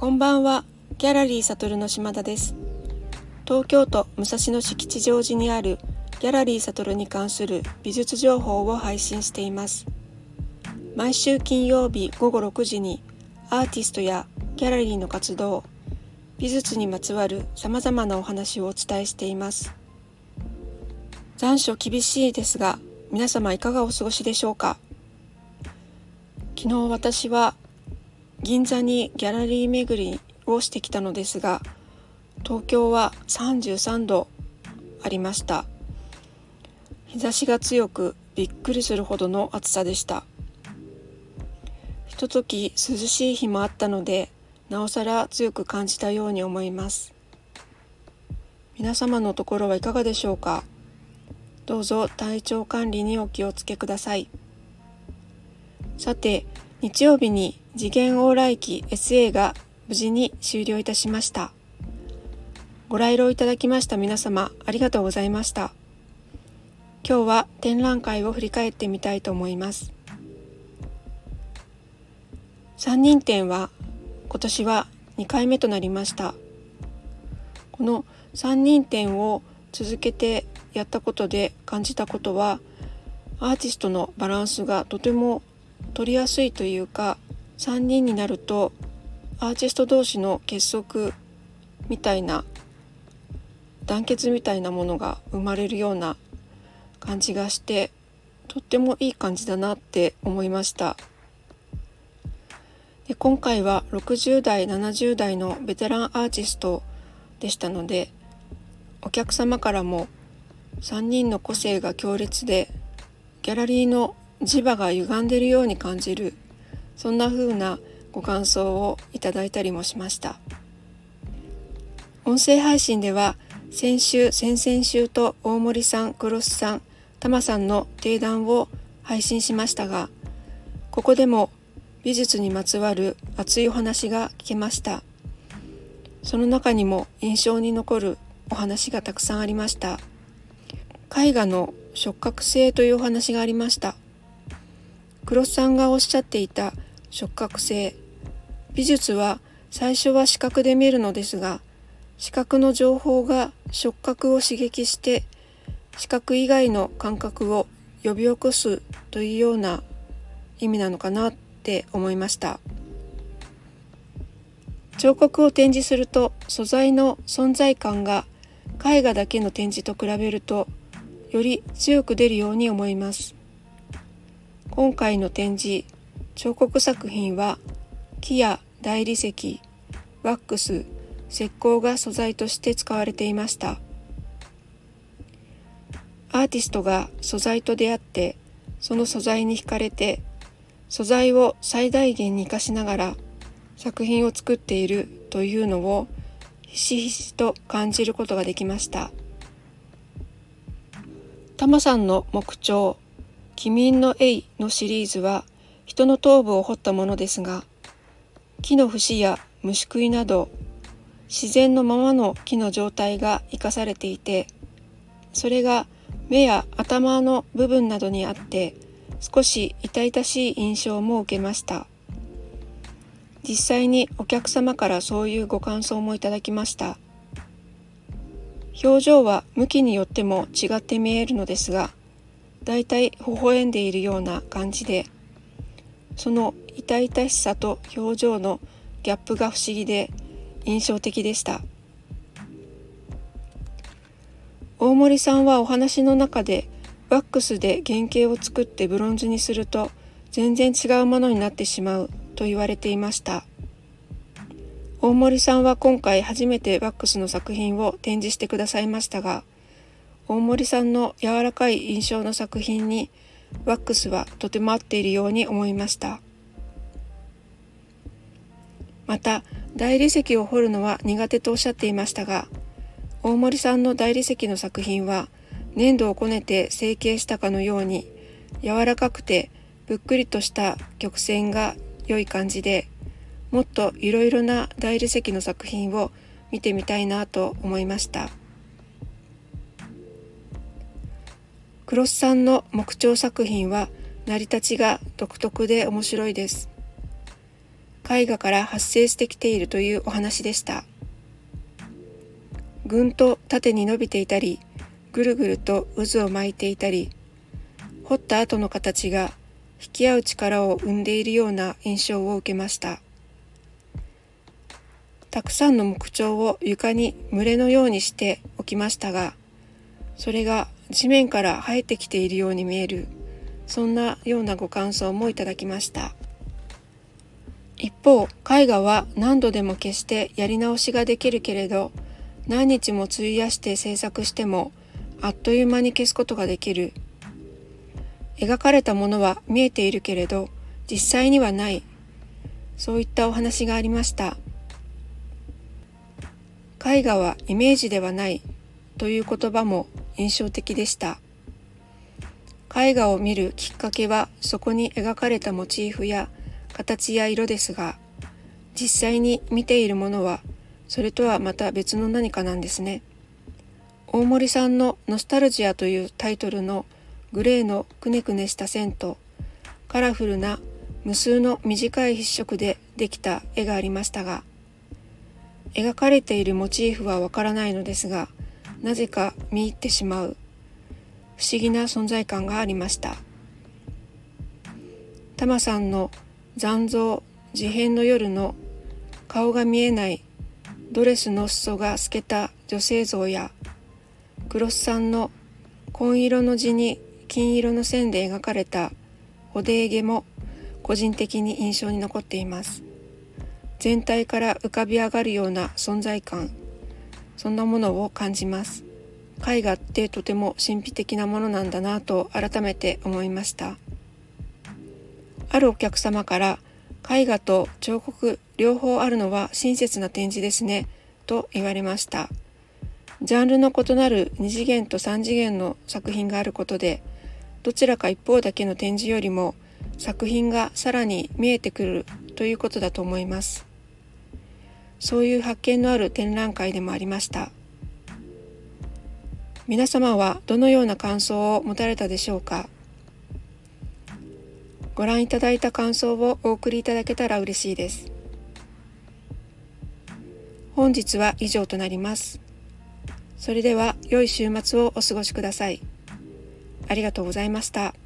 こんばんは。ギャラリーサトルの島田です。東京都武蔵野市吉祥寺にあるギャラリーサトルに関する美術情報を配信しています。毎週金曜日午後6時にアーティストやギャラリーの活動、美術にまつわるさまざまなお話をお伝えしています。残暑厳しいですが、皆様いかがお過ごしでしょうか。昨日私は銀座にギャラリー巡りをしてきたのですが、東京は33度ありました。日差しが強くびっくりするほどの暑さでした。ひととき涼しい日もあったので、なおさら強く感じたように思います。皆様のところはいかがでしょうか。どうぞ体調管理にお気をつけください。さて、日曜日に次元往来期 SA が無事に終了いたしました。ご来場いただきました皆様、ありがとうございました。今日は展覧会を振り返ってみたいと思います。三人展は今年は2回目となりました。この三人展を続けてやったことで感じたことは、アーティストのバランスがとても取りやすいというか、3人になるとアーティスト同士の結束みたいな、団結みたいなものが生まれるような感じがして、とってもいい感じだなって思いました。で、今回は60代70代のベテランアーティストでしたので、お客様からも3人の個性が強烈で、ギャラリーの磁場が歪んでいるように感じる、そんな風なご感想をいただいたりもしました。音声配信では先週先々週と大森さん、黒須さん、玉さんの定談を配信しましたが、ここでも美術にまつわる熱いお話が聞けました。その中にも印象に残るお話がたくさんありました。絵画の触覚性というお話がありました。黒須さんがおっしゃっていた触覚性、美術は最初は視覚で見るのですが、視覚の情報が触覚を刺激して視覚以外の感覚を呼び起こすというような意味なのかなって思いました。彫刻を展示すると素材の存在感が絵画だけの展示と比べるとより強く出るように思います。今回の展示、彫刻作品は木や大理石、ワックス、石膏が素材として使われていました。アーティストが素材と出会って、その素材に惹かれて、素材を最大限に生かしながら作品を作っているというのをひしひしと感じることができました。玉さんの木彫鬼民の絵のシリーズは人の頭部を彫ったものですが、木の節や虫食いなど自然のままの木の状態が生かされていて、それが目や頭の部分などにあって少し痛々しい印象も受けました。実際にお客様からそういうご感想もいただきました。表情は向きによっても違って見えるのですが、だいたい微笑んでいるような感じで、その痛々しさと表情のギャップが不思議で印象的でした。大森さんはお話の中で、ワックスで原型を作ってブロンズにすると全然違うものになってしまうと言われていました。大森さんは今回初めてワックスの作品を展示してくださいましたが、大森さんの柔らかい印象の作品にワックスはとても合っているように思いました。また、大理石を彫るのは苦手とおっしゃっていましたが、大森さんの大理石の作品は粘土をこねて成形したかのように柔らかくてぷっくりとした曲線が良い感じで、もっといろいろな大理石の作品を見てみたいなと思いました。黒須さんの木彫作品は成り立ちが独特で面白いです。 絵画から発生してきているというお話でした。ぐんと縦に伸びていたり、ぐるぐると渦を巻いていたり、彫った後の形が引き合う力を生んでいるような印象を受けました。たくさんの木彫を床に群れのようにしておきましたが、それが地面から生えてきているように見える、そんなようなご感想もいただきました。一方、絵画は何度でも決してやり直しができるけれど、何日も費やして制作してもあっという間に消すことができる。描かれたものは見えているけれど実際にはない。そういったお話がありました。絵画はイメージではないという言葉も印象的でした。絵画を見るきっかけはそこに描かれたモチーフや形や色ですが、実際に見ているものはそれとはまた別の何かなんですね。大森さんのノスタルジアというタイトルのグレーのくねくねした線とカラフルな無数の短い筆触でできた絵がありましたが、描かれているモチーフはわからないのですが、なぜか見入ってしまう不思議な存在感がありました。タマさんの残像事変の夜の顔が見えないドレスの裾が透けた女性像や、黒須さんの紺色の地に金色の線で描かれたおでげも個人的に印象に残っています。全体から浮かび上がるような存在感、そんなものを感じます。絵画ってとても神秘的なものなんだなと改めて思いました。あるお客様から絵画と彫刻両方あるのは親切な展示ですねと言われました。ジャンルの異なる2次元と3次元の作品があることで、どちらか一方だけの展示よりも作品がさらに見えてくるということだと思います。そういう発見のある展覧会でもありました。皆様はどのような感想を持たれたでしょうか。ご覧いただいた感想をお送りいただけたら嬉しいです。本日は以上となります。それでは良い週末をお過ごしください。ありがとうございました。